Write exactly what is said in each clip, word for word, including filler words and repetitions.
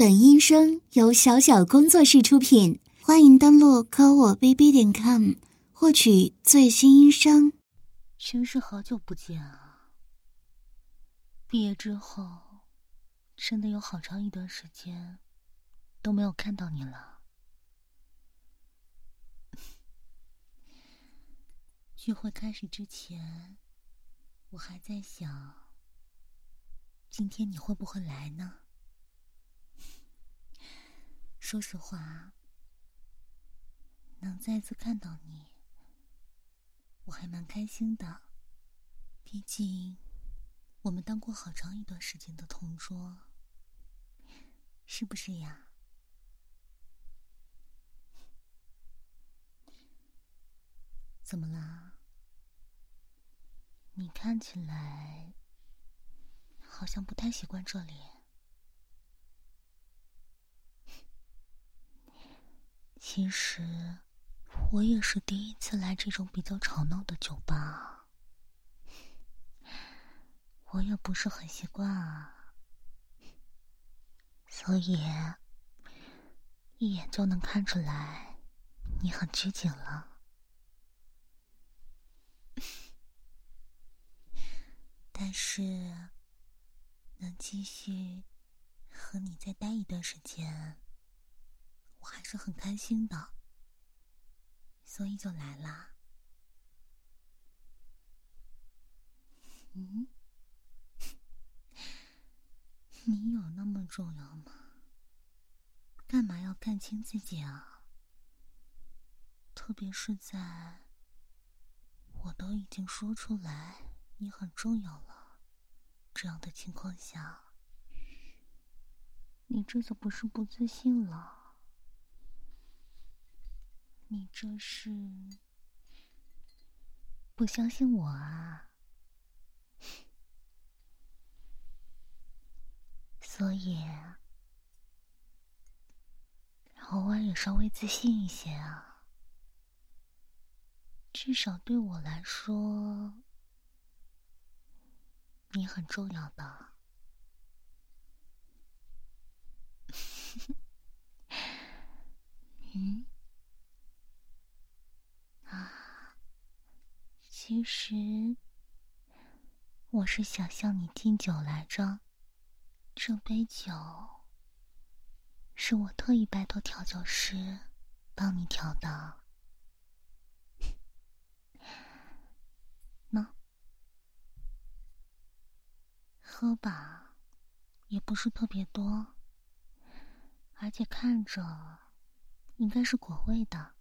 本音声由小小工作室出品，欢迎登录科我 B B 点 com 获取最新音声。 真是好久不见啊！毕业之后，真的有好长一段时间都没有看到你了。聚会开始之前，我还在想，今天你会不会来呢？说实话，能再次看到你，我还蛮开心的。毕竟，我们当过好长一段时间的同桌，是不是呀？怎么啦？你看起来好像不太习惯这里。其实我也是第一次来这种比较吵闹的酒吧，我也不是很习惯啊，所以一眼就能看出来你很拘谨了。但是能继续和你再待一段时间，我还是很开心的，所以就来啦。嗯，你有那么重要吗？干嘛要看清自己啊？特别是在我都已经说出来你很重要了这样的情况下，你这就不是不自信了，你这是不相信我啊。所以偶尔也稍微自信一些啊，至少对我来说你很重要的。嗯啊，其实我是想向你敬酒来着，这杯酒是我特意拜托调酒师帮你调的。喏，喝吧，也不是特别多，而且看着应该是果味的。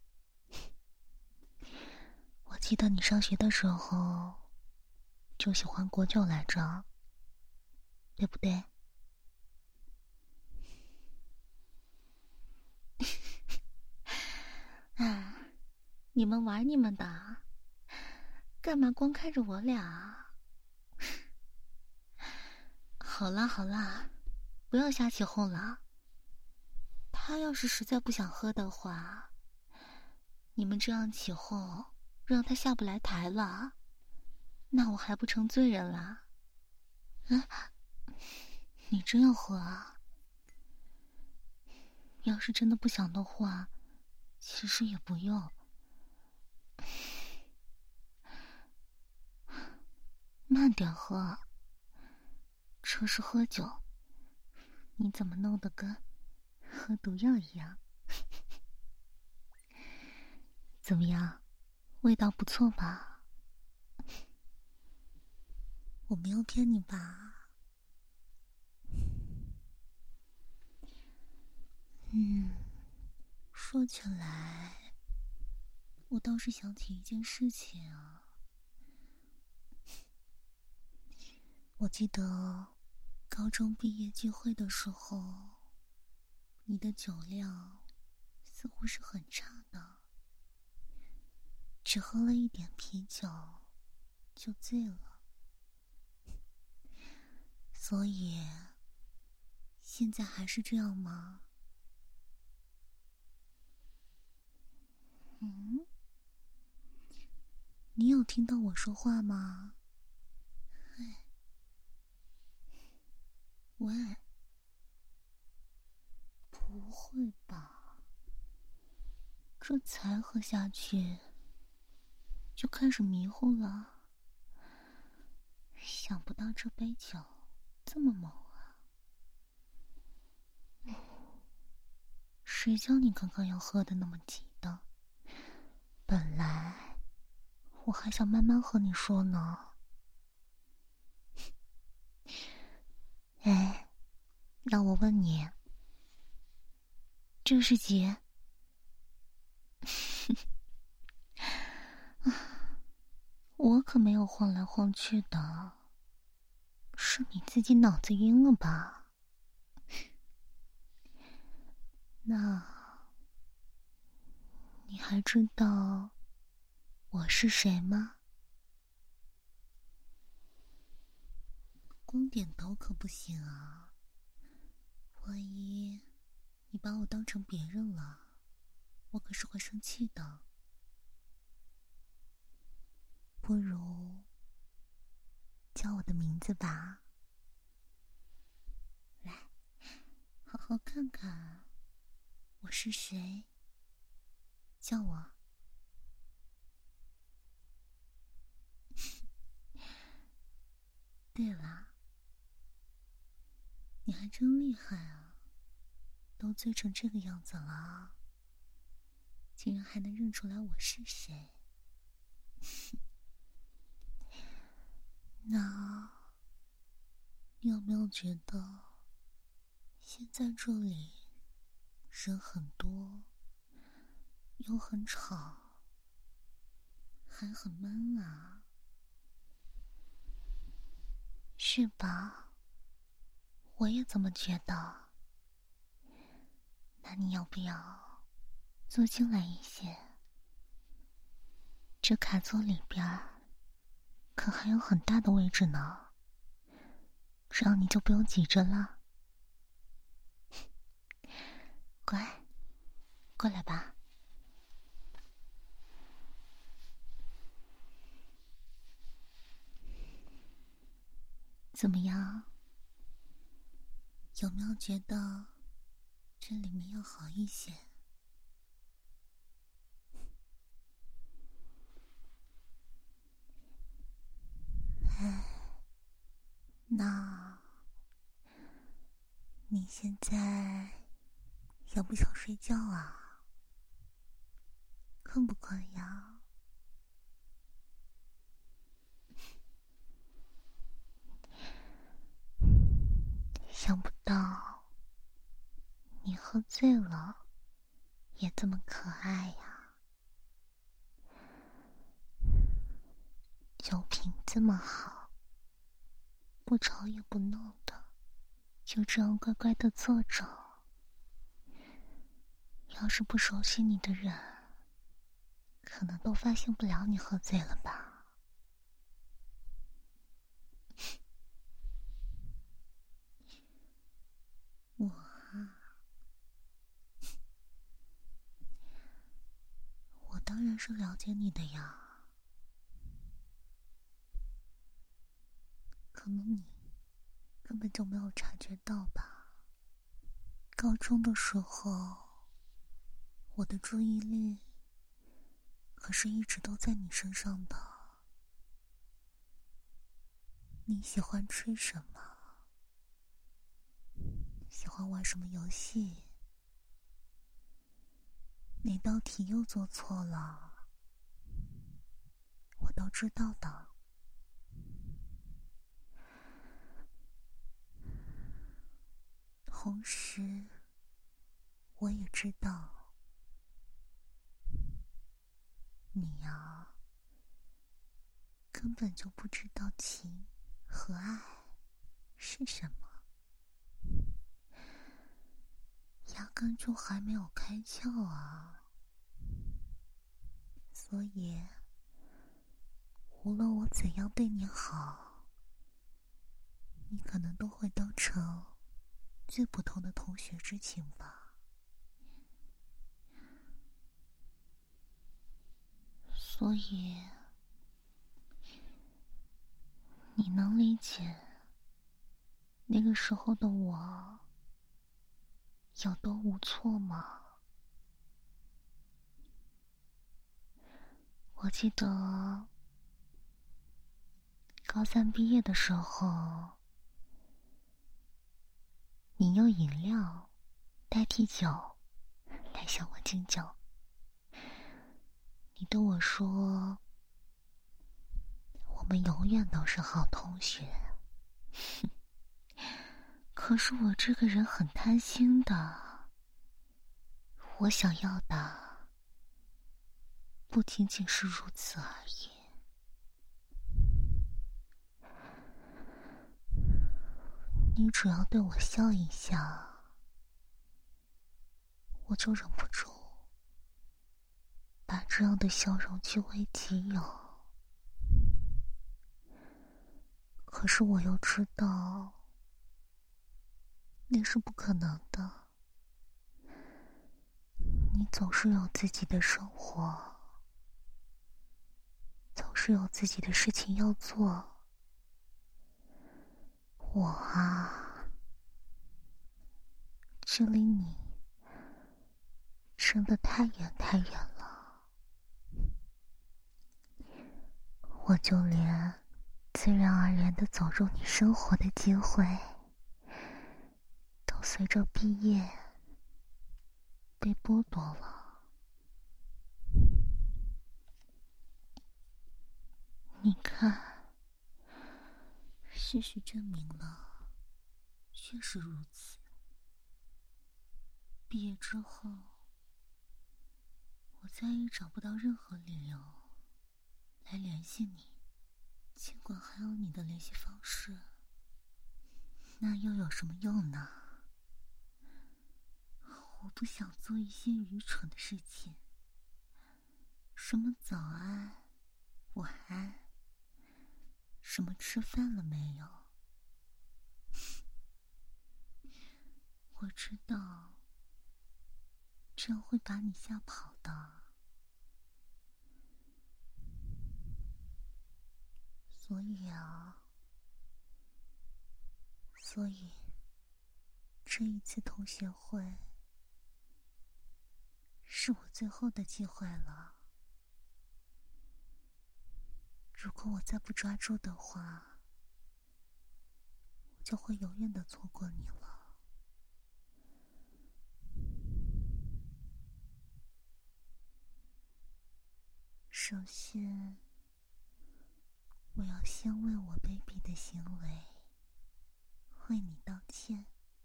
我记得你上学的时候就喜欢果酒来着，对不对？啊，你们玩你们的，干嘛光看着我俩？好啦好啦，不要瞎起哄了。他要是实在不想喝的话，你们这样起哄，让他下不来台了，那我还不成罪人啦？啊，你真要喝啊？要是真的不想的话，其实也不用。慢点喝，这是喝酒，你怎么弄得跟喝毒药一样？怎么样，味道不错吧？我没有骗你吧？嗯，说起来，我倒是想起一件事情啊。我记得高中毕业聚会的时候，你的酒量似乎是很差的，只喝了一点啤酒就醉了。所以现在还是这样吗？嗯，你有听到我说话吗？喂， 不会吧？这才喝下去，就开始迷糊了。想不到这杯酒这么猛啊！谁叫你刚刚要喝的那么急的？本来我还想慢慢和你说呢。哎，那我问你，这是几？我可没有晃来晃去的，是你自己脑子晕了吧？那你还知道我是谁吗？光点头可不行啊，万一你把我当成别人了，我可是会生气的。不如叫我的名字吧，来，好好看看我是谁，叫我。对了，你还真厉害啊，都醉成这个样子了，竟然还能认出来我是谁。那你有没有觉得现在这里人很多，又很吵，还很闷啊？是吧？我也这么觉得。那你要不要坐进来一些？这卡座里边可还有很大的位置呢，这样你就不用挤着了。乖，过来吧。怎么样？有没有觉得这里面要好一些？哎，那你现在想不想睡觉啊？困不困呀？想不到你喝醉了也这么可爱呀，酒品这么好，不吵也不闹的，就这样乖乖的坐着。要是不熟悉你的人，可能都发现不了你喝醉了吧。我啊，我当然是了解你的呀。可能你根本就没有察觉到吧。高中的时候，我的注意力可是一直都在你身上的。你喜欢吃什么？喜欢玩什么游戏？哪道题又做错了？我都知道的。同时，我也知道，你呀，根本就不知道情和爱是什么，压根就还没有开窍啊。所以，无论我怎样对你好，你可能都会当成最普通的同学之情吧。所以，你能理解那个时候的我有多无措吗？我记得高三毕业的时候，你用饮料代替酒来向我敬酒。你对我说，我们永远都是好同学。可是我这个人很贪心的，我想要的不仅仅是如此而已。你只要对我笑一笑，我就忍不住把这样的笑容据为己有。可是我又知道，那是不可能的。你总是有自己的生活，总是有自己的事情要做。我啊，距离你真的太远太远了。我就连自然而然地走入你生活的机会，都随着毕业被剥夺了。你看，事实证明了，确实如此。毕业之后，我再也找不到任何理由来联系你，尽管还有你的联系方式，那又有什么用呢？我不想做一些愚蠢的事情，什么早安、晚安，什么吃饭了没有？我知道，这样会把你吓跑的。所以啊，所以这一次同学会是我最后的机会了。如果我再不抓住的话，我就会永远的错过你了。首先，我要先为我卑鄙的行为为你道歉。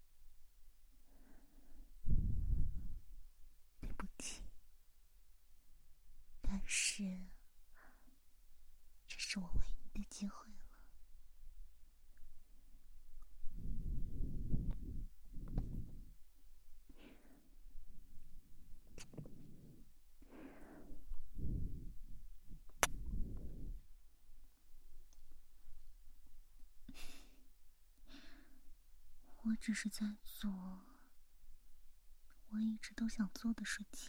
对不起，但是这是我唯一的机会了。我只是在做我一直都想做的事情。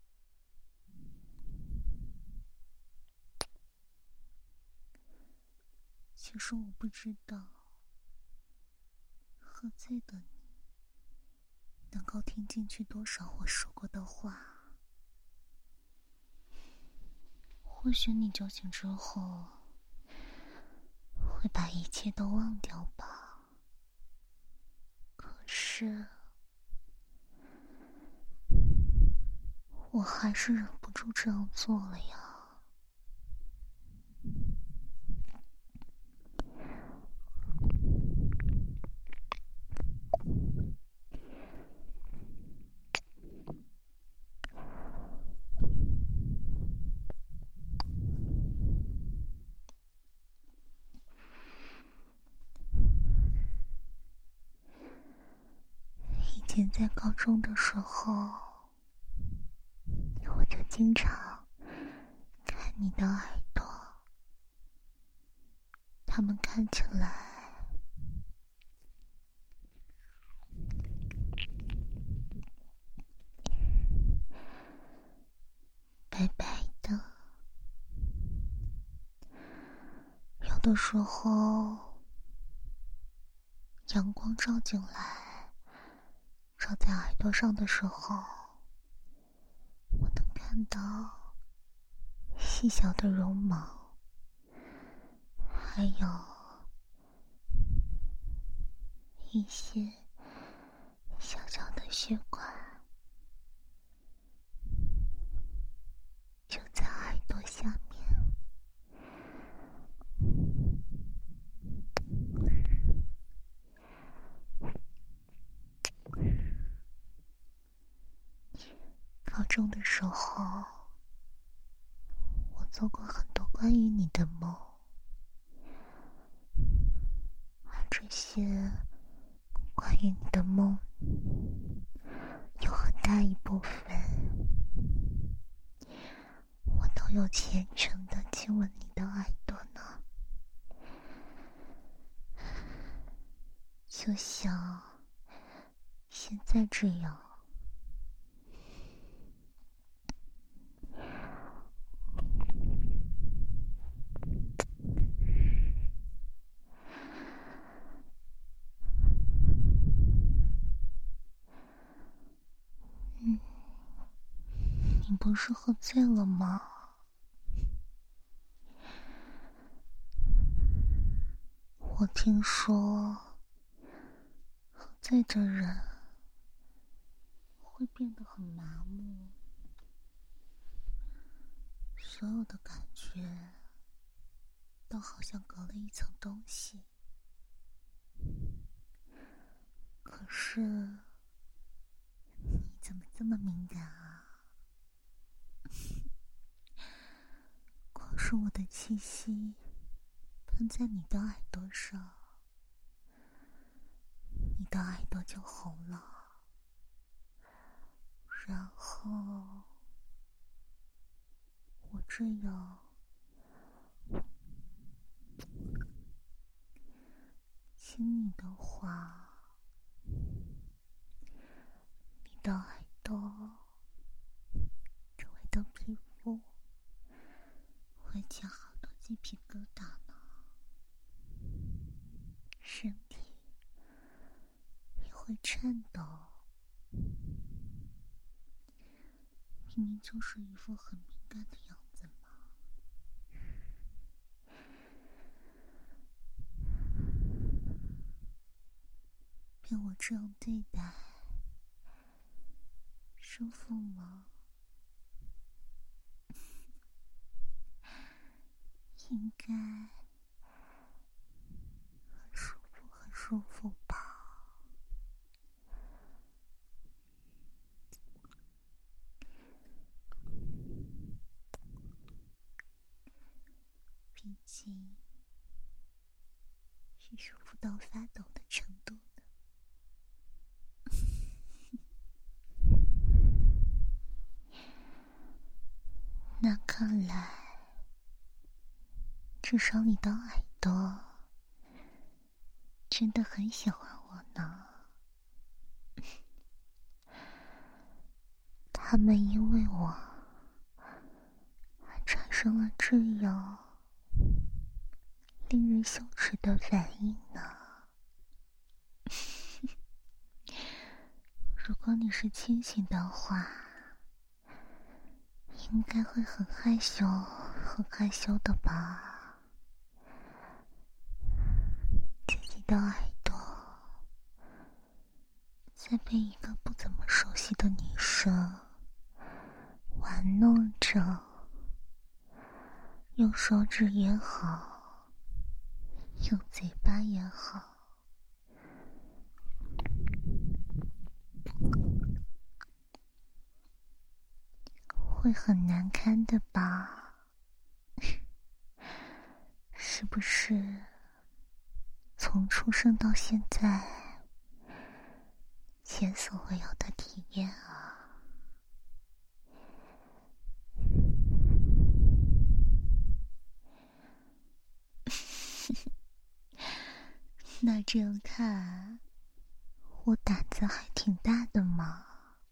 其实我不知道，喝醉的你能够听进去多少我说过的话。或许你酒醒之后会把一切都忘掉吧。可是我还是忍不住这样做了呀。以前在高中的时候，我就经常看你的耳朵，它们看起来白白的，有的时候阳光照进来， 照在耳朵上的时候，我能看到细小的绒毛，还有一些小小的血管，就在耳朵下面。高中的时候，我做过很多关于你的梦，而这些关于你的梦，有很大一部分，我都有虔诚地亲吻你的耳朵呢，就像现在这样。嗯，你不是喝醉了吗？我听说喝醉的人会变得很麻木，所有的感觉都好像隔了一层东西。可是你怎么这么敏感啊？光是我的气息喷在你的耳朵上，你的耳朵就红了，然后我这样亲你的话，你的耳朵周围的皮肤会起好多鸡皮疙瘩呢，身体也会颤抖，明明就是一副很敏感的样子嘛。被我这样对待，舒服吗？应该很舒服，很舒服吧？毕竟是舒服到发抖的程度呢。那看来，至少你的耳朵真的很喜欢我呢。他们因为我而产生了这样令人羞耻的反应呢。如果你是清醒的话，应该会很害羞，很害羞的吧？自己的耳朵在被一个不怎么熟悉的女生玩弄着，用手指也好，用嘴巴也好，会很难堪的吧？是不是从出生到现在前所未有的体验啊？那这样看，我胆子还挺大的嘛。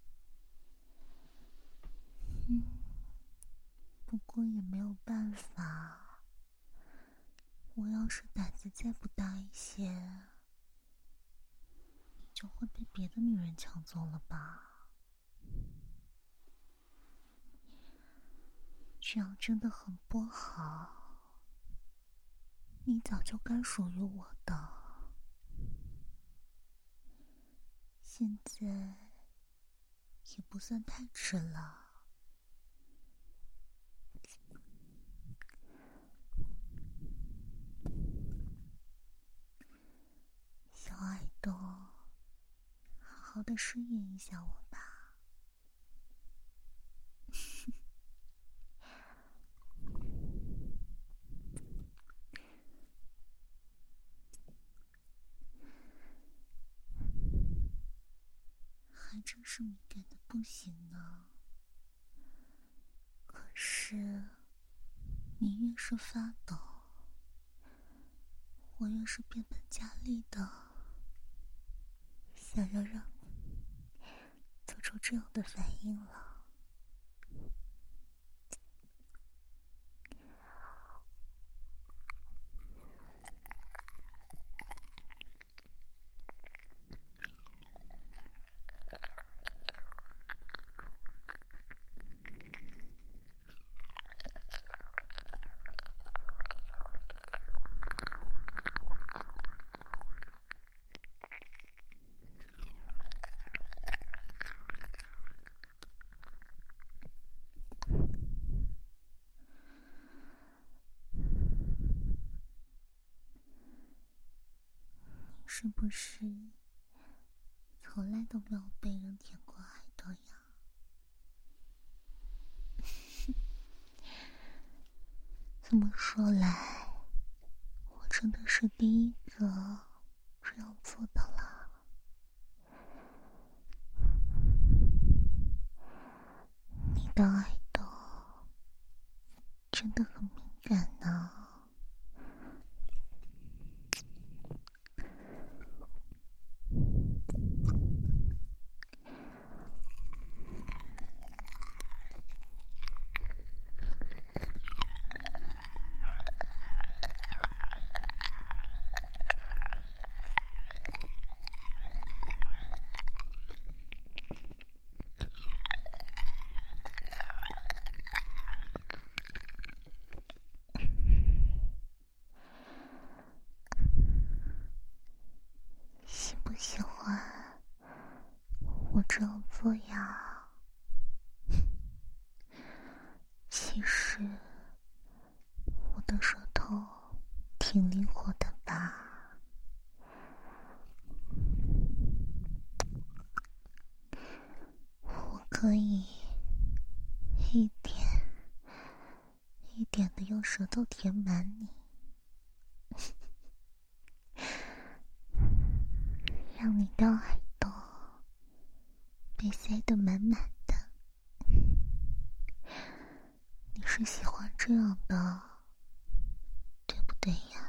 嗯，不过也没有办法，我要是胆子再不大一些，你就会被别的女人抢走了吧？这样真的很不好，你早就该属于我的，现在也不算太迟了。小爱豆，好好的适应一下我吧。还真是敏感的不行呢。可是你越是发抖，我越是变本加厉的想要让你做出这样的反应了。是不是从来都没有被人舔过耳朵呀？这么说来，我真的是第一个这样做的了。你的耳朵真的很敏感呢。喜不喜欢我这样做呀？其实我的舌头挺灵活的吧？我可以一点一点的用舌头填满你，让你的耳朵被塞得满满的。你是喜欢这样的，对不对呀？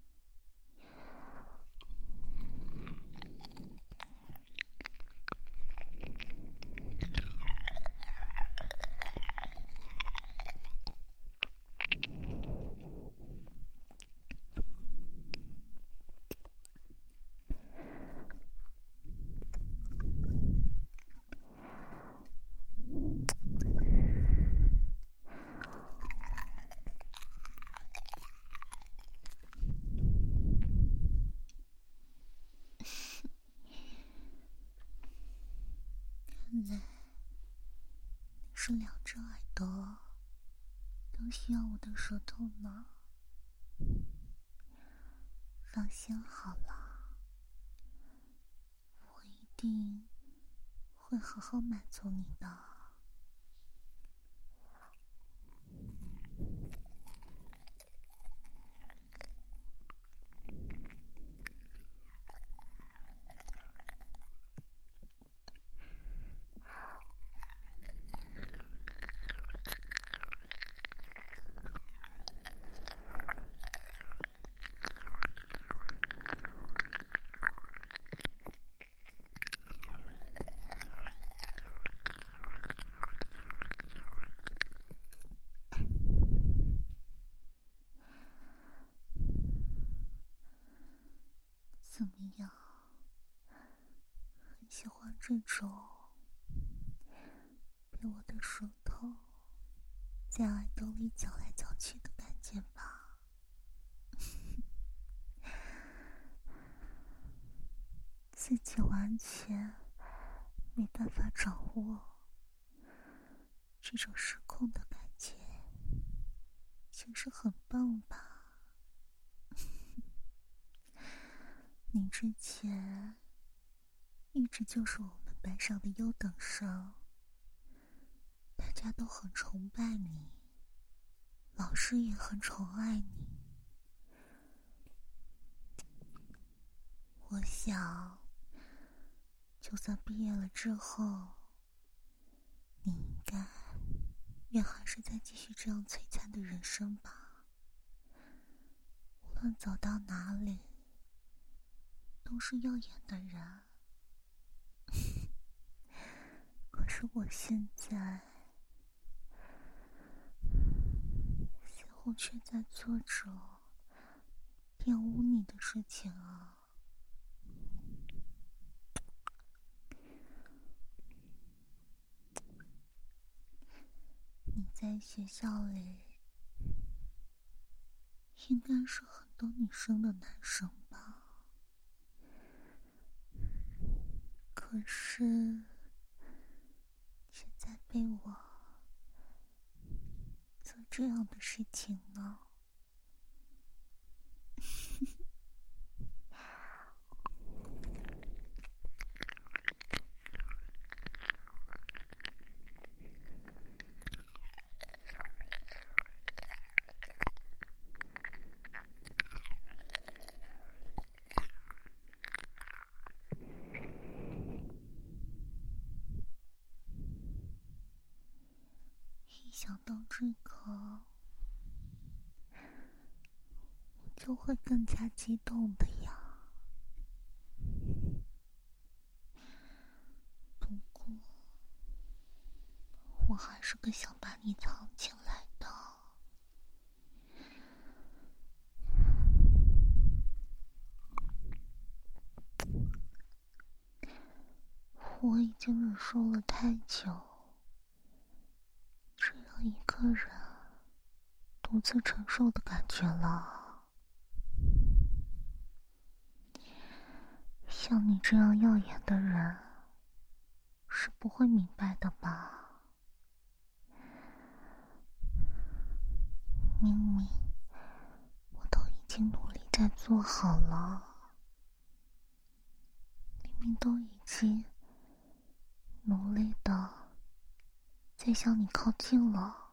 看来你是两只耳朵都需要我的舌头呢。放心好了，我一定会好好满足你的。怎么样？ 喜欢这种被我的舌头在耳朵里搅来搅去的感觉吧？自己完全没办法掌握这种失控的感觉，其实很棒吧？你之前一直就是我们班上的优等生，大家都很崇拜你，老师也很宠爱你。我想，就算毕业了之后，你应该也还是在继续这样璀璨的人生吧。无论走到哪里，都是耀眼的人。可是我现在似乎却在做着玷污你的事情啊。你在学校里应该是很多女生的男生吧？可是却在被我做这样的事情呢？一想到这个，我就会更加激动的呀。不过，我还是更想把你藏起来的。我已经忍受了太久，这样一个人独自承受的感觉了。像你这样耀眼的人，是不会明白的吧？明明我都已经努力在做好了，明明都已经努力的在向你靠近了，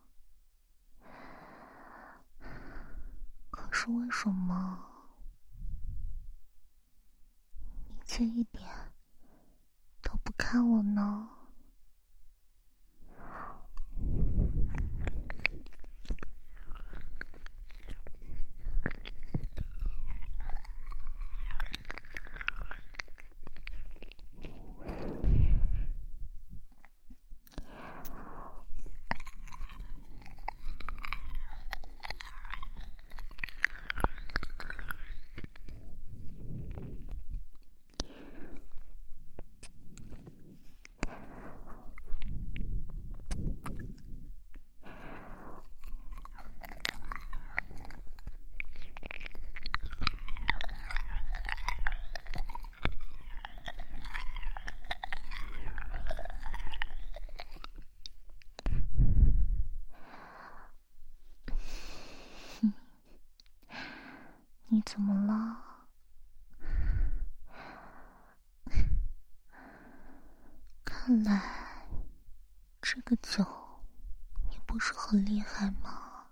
可是为什么你却一点都不看我呢？你怎么了？看来这个酒也不是很厉害嘛。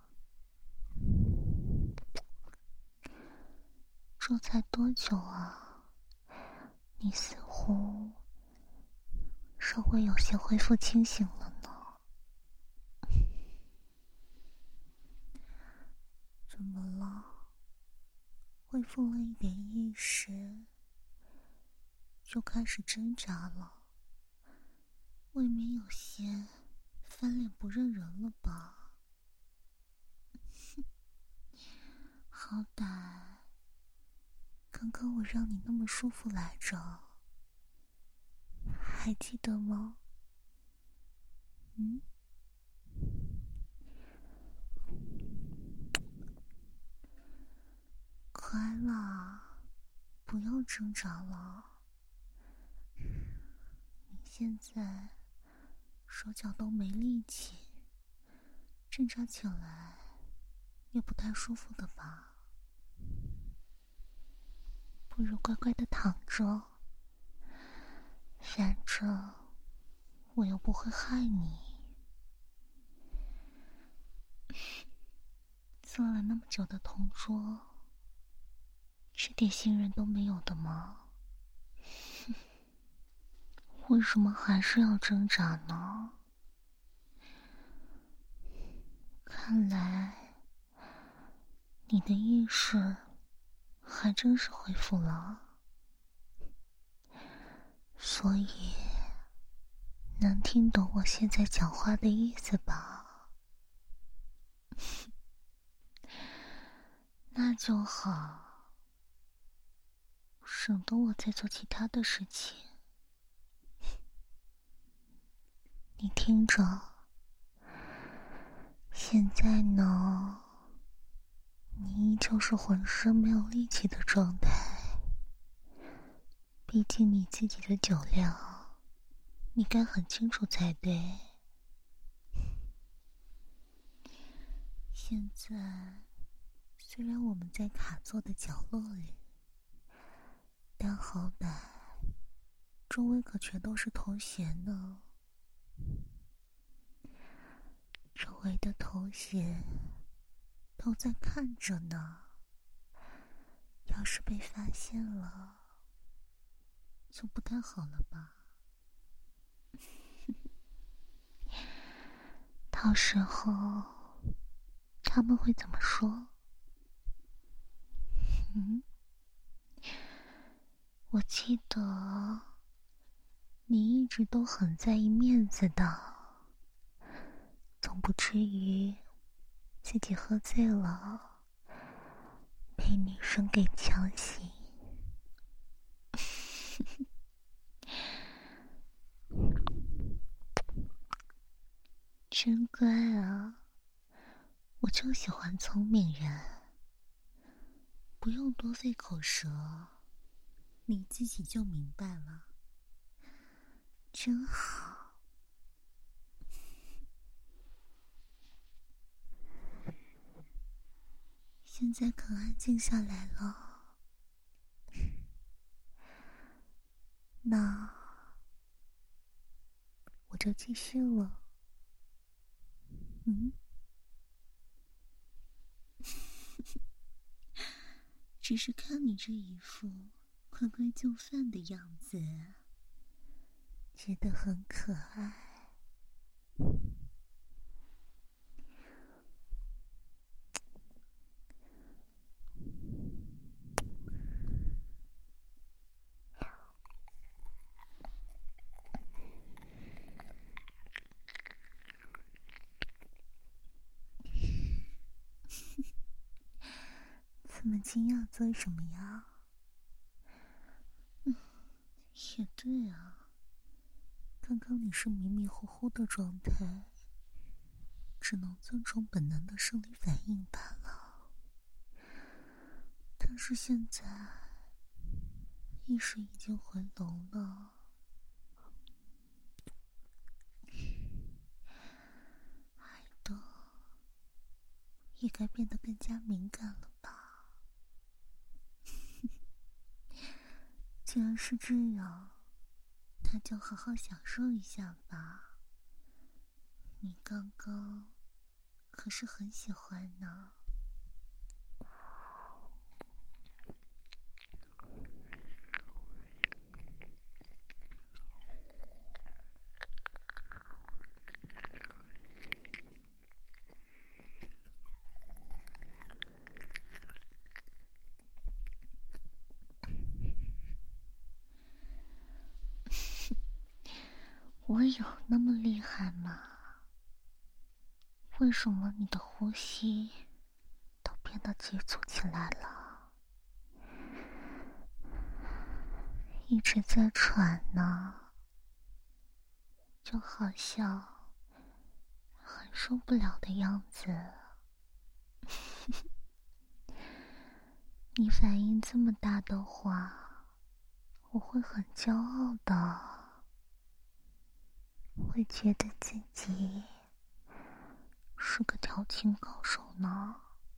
这才多久啊？你似乎稍微有些恢复清醒了呢。怎么了？恢复了一点意识，就开始挣扎了，未免有些翻脸不认人了吧？好歹刚刚我让你那么舒服来着， 还记得吗？嗯？乖啦，不要挣扎了。你现在手脚都没力气，挣扎起来也不太舒服的吧？不如乖乖的躺着，反正我又不会害你。做了那么久的同桌，这点信任都没有的吗？为什么还是要挣扎呢？看来你的意识还真是恢复了，所以能听懂我现在讲话的意思吧？那就好，省得我再做其他的事情。你听着，现在呢，你依旧是浑身没有力气的状态，毕竟你自己的酒量你该很清楚才对。现在虽然我们在卡座的角落里，但好歹周围可全都是头衔呢。周围的头衔都在看着呢，要是被发现了就不太好了吧？到时候他们会怎么说？嗯，我记得你一直都很在意面子的，总不至于自己喝醉了被女生给强行。真乖啊，我就喜欢聪明人，不用多费口舌，你自己就明白了，真好。现在可安静下来了，那我就继续了。嗯，只是看你这一副乖乖就范的样子，觉得很可爱。这么惊讶做什么呀？嗯，也对啊，刚刚你是迷迷糊糊的状态，只能尊重本能的生理反应罢了。但是现在意识已经回笼了，爱的也该变得更加敏感了吧？既然是这样，那就好好享受一下吧。你刚刚可是很喜欢呢。我有那么厉害吗？为什么你的呼吸都变得急促起来了？一直在喘呢。 就好像很受不了的样子。你反应这么大的话，我会很骄傲的，会觉得自己是个调情高手呢。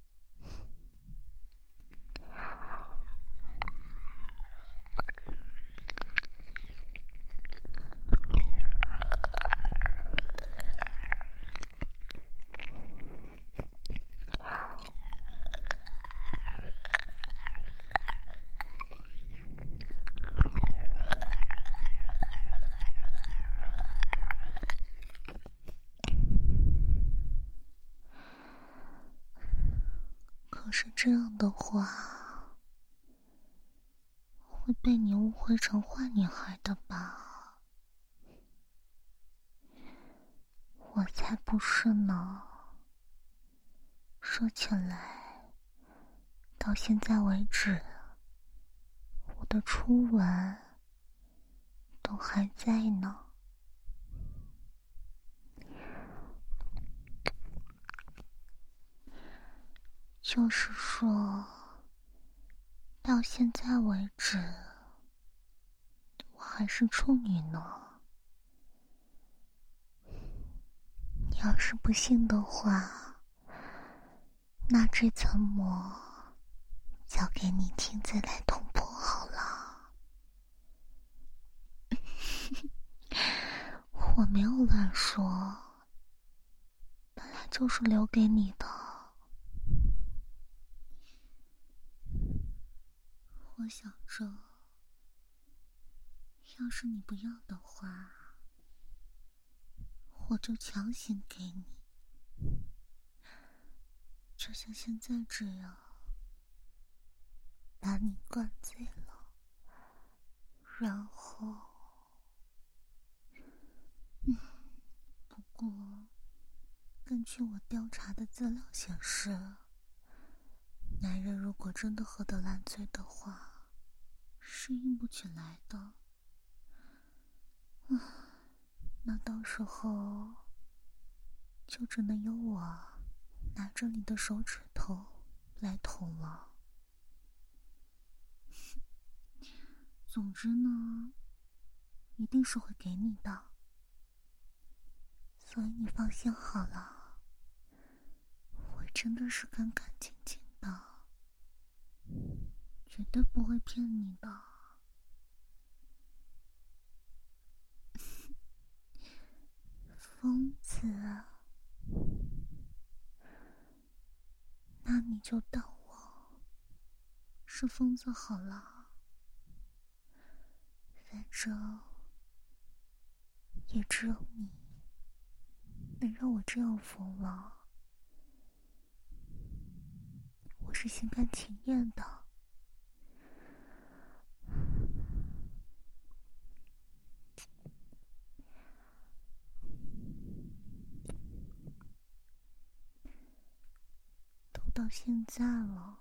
可是这样的话，会被你误会成坏女孩的吧？我才不是呢。说起来，到现在为止，我的初吻都还在呢。就是说，到现在为止，我还是处女呢。你要是不信的话，那这层膜交给你亲自来捅破好了。我没有乱说，本来就是留给你的。我想着，要是你不要的话，我就强行给你，就像现在这样，把你灌醉了，然后，嗯，不过，根据我调查的资料显示，男人如果真的喝得烂醉的话，是硬不起来的。啊，那到时候就只能由我拿着你的手指头来捅了。总之呢，一定是会给你的，所以你放心好了，我真的是干干净净的，绝对不会骗你的。疯子，那你就当我是疯子好了，反正也只有你能让我这样疯了，我是心甘情愿的。都到现在了，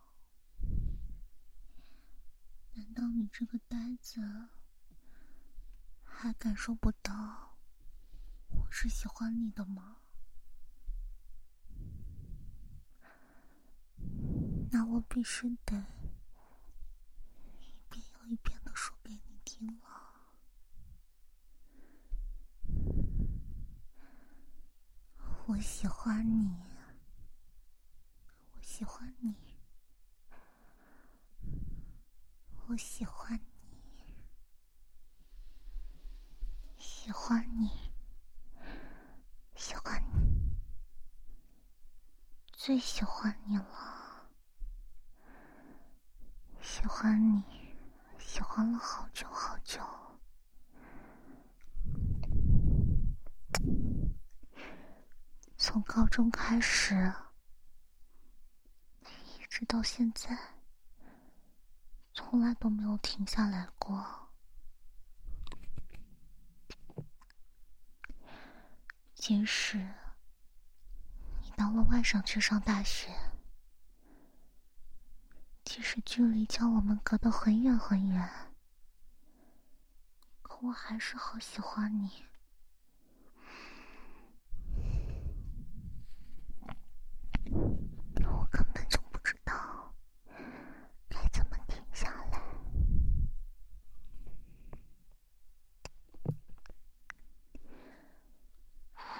难道你这个呆子还感受不到我是喜欢你的吗？那我必须得一遍又一遍的说给你听了。我喜欢你，我喜欢你，我喜欢你，喜欢你，喜欢你，最喜欢你了，喜欢你，喜欢了好久好久。从高中开始，一直到现在，从来都没有停下来过。即使你到了外省去上大学，即使距离将我们隔得很远很远，可我还是好喜欢你。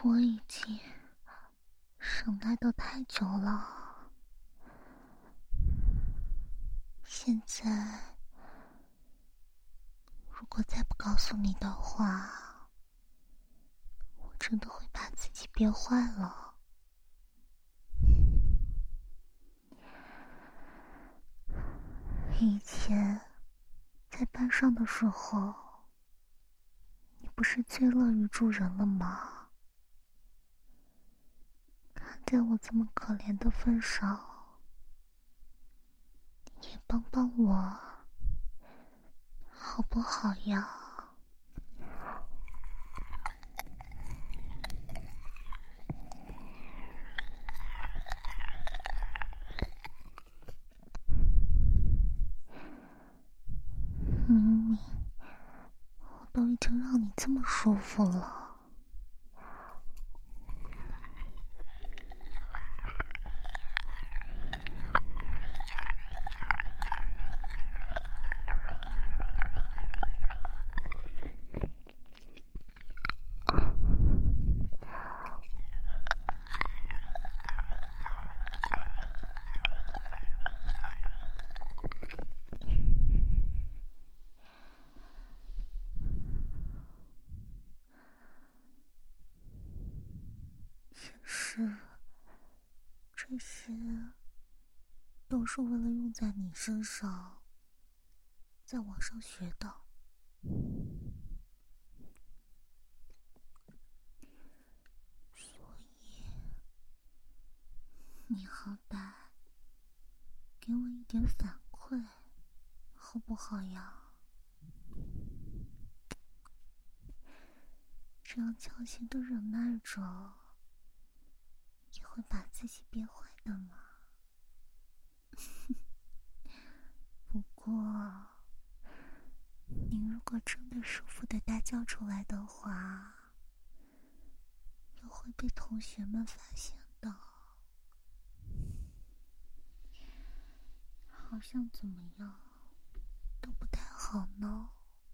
我已经等待的太久了，现在如果再不告诉你的话，我真的会把自己憋坏了。以前在班上的时候，你不是最乐于助人了吗？看在我这么可怜的份上，也帮帮我，好不好呀？明明我都已经让你这么舒服了，其实这些都是为了用在你身上，在网上学的。所以你好歹给我一点反馈，好不好呀？这样强行的忍耐着，也会把自己憋坏的嘛。不过你如果真的舒服的大叫出来的话，又会被同学们发现的，好像怎么样都不太好呢。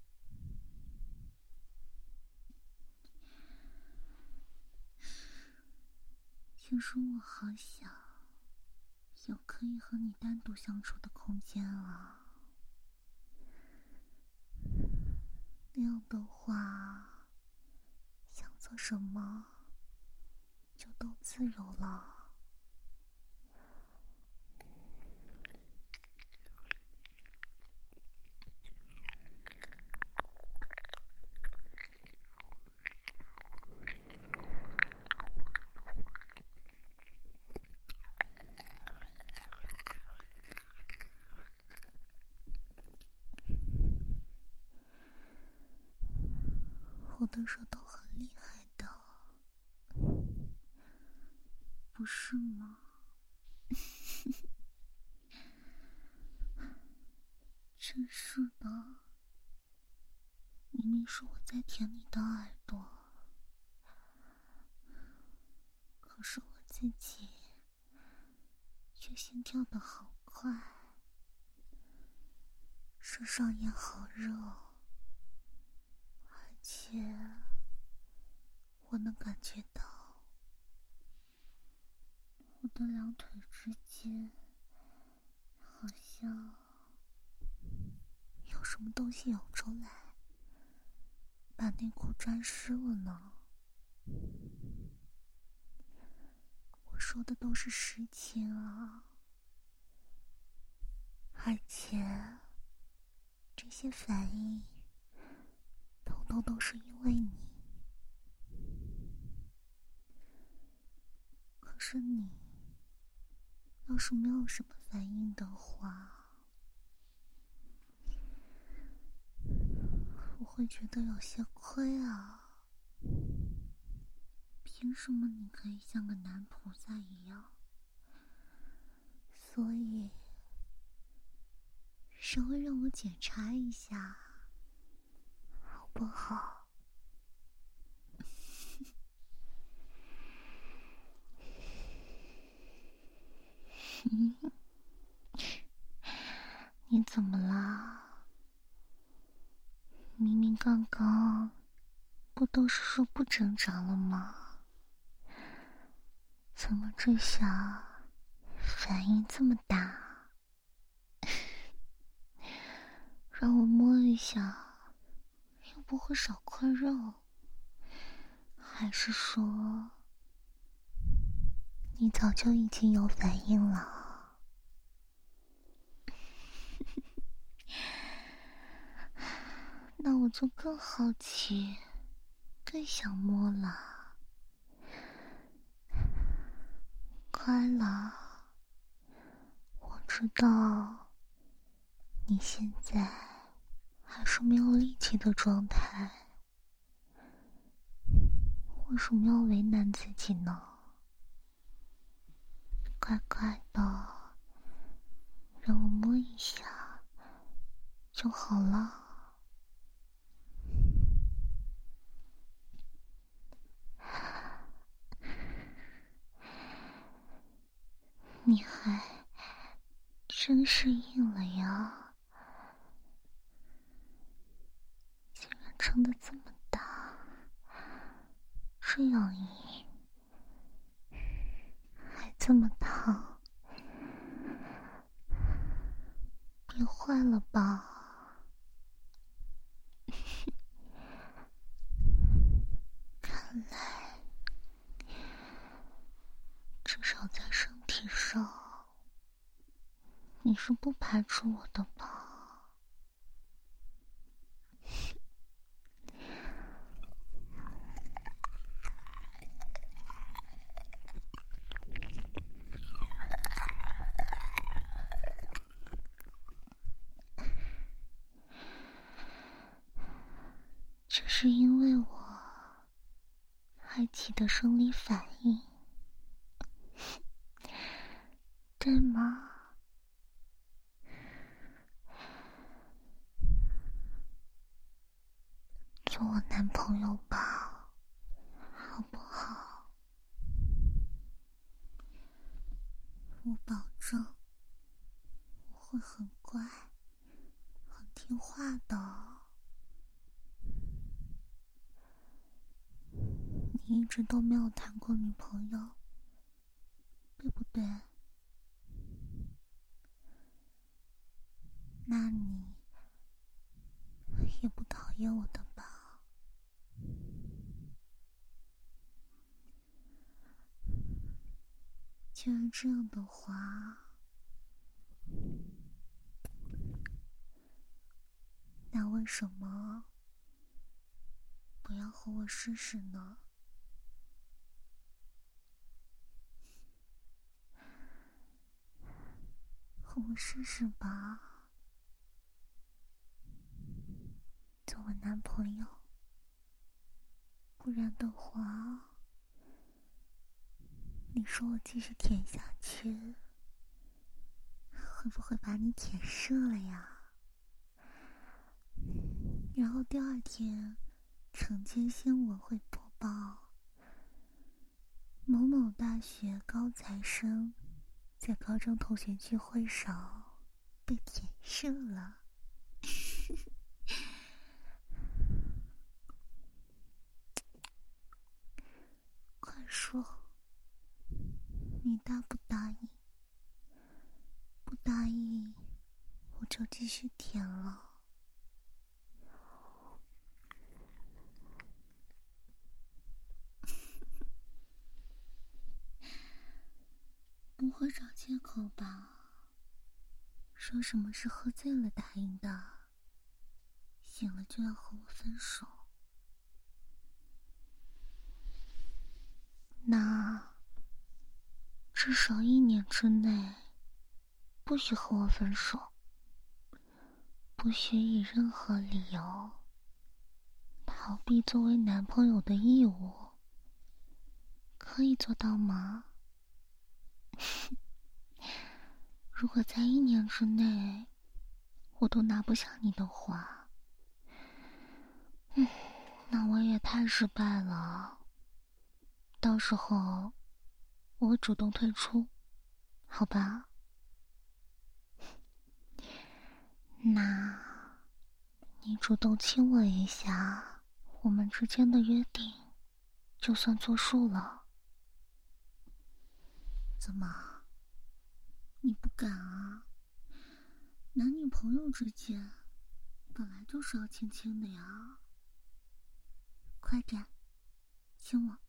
其实我好想有可以和你单独相处的空间啊，那样的话，想做什么就都自由了。我的手都很厉害的，不是吗？真是的，明明是我在舔你的耳朵，可是我自己却心跳得好快，身上也好热，而且我能感觉到我的两腿之间好像有什么东西涌出来，把内裤沾湿了呢。我说的都是实情啊，而且这些反应统统都是因为你。可是你要是没有什么反应的话，我会觉得有些亏啊。凭什么你可以像个男菩萨一样？所以稍微让我检查一下好不好？你怎么啦？明明刚刚不都是说不挣扎了吗？ 怎么这下反应这么大？让我摸一下，又不会少块肉。还是说，你早就已经有反应了？那我就更好奇，更想摸了。快了，我知道你现在还是没有力气的状态，为什么要为难自己呢？乖乖的，让我摸一下就好了。你还真是硬了呀，竟然撑得这么大，这样硬，还这么烫，别坏了吧？看来至少在身体上你是不排除我的吧？只是因为我还起的生理反应，对吗？做我男朋友吧，好不好？我保证我会很乖很听话的。你一直都没有谈过女朋友，对不对？那你也不讨厌我的吧？既然这样的话，那为什么不要和我试试呢？和我试试吧，做我男朋友。不然的话，你说我继续舔下去，会不会把你舔射了呀？然后第二天，晨间新闻会播报，某某大学高材生在高中同学聚会上被舔射了。快说，你答不答应？不答应，我就继续舔了。不会找借口吧？说什么是喝醉了答应的，醒了就要和我分手。那至少一年之内不许和我分手，不许以任何理由逃避作为男朋友的义务，可以做到吗？如果在一年之内我都拿不下你的话，嗯，那我也太失败了。到时候我会主动退出，好吧？那你主动亲我一下，我们之间的约定就算作数了。 怎么？你不敢啊？男女朋友之间本来就是要亲亲的呀。快点，亲我。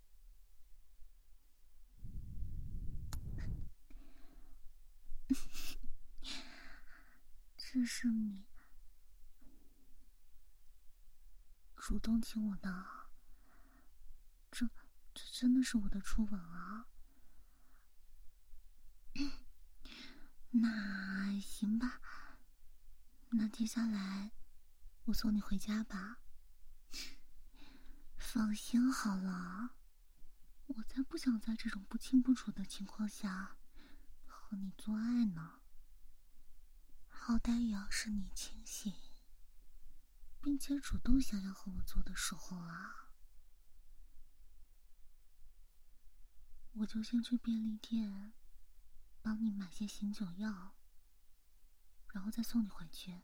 这是你主动亲我的，这这真的是我的初吻啊。那行吧，那接下来我送你回家吧。放心好了，我才不想在这种不清不楚的情况下和你做爱呢。好歹也要是你清醒，并且主动想要和我做的时候啊。我就先去便利店帮你买些醒酒药，然后再送你回去。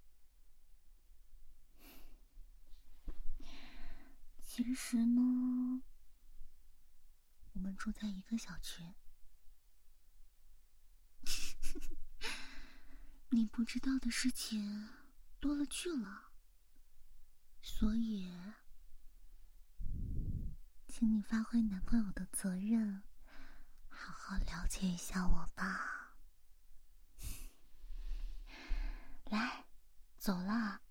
其实呢，我们住在一个小区。你不知道的事情多了去了，所以请你发挥男朋友的责任，好好了解一下我吧。来，走啦。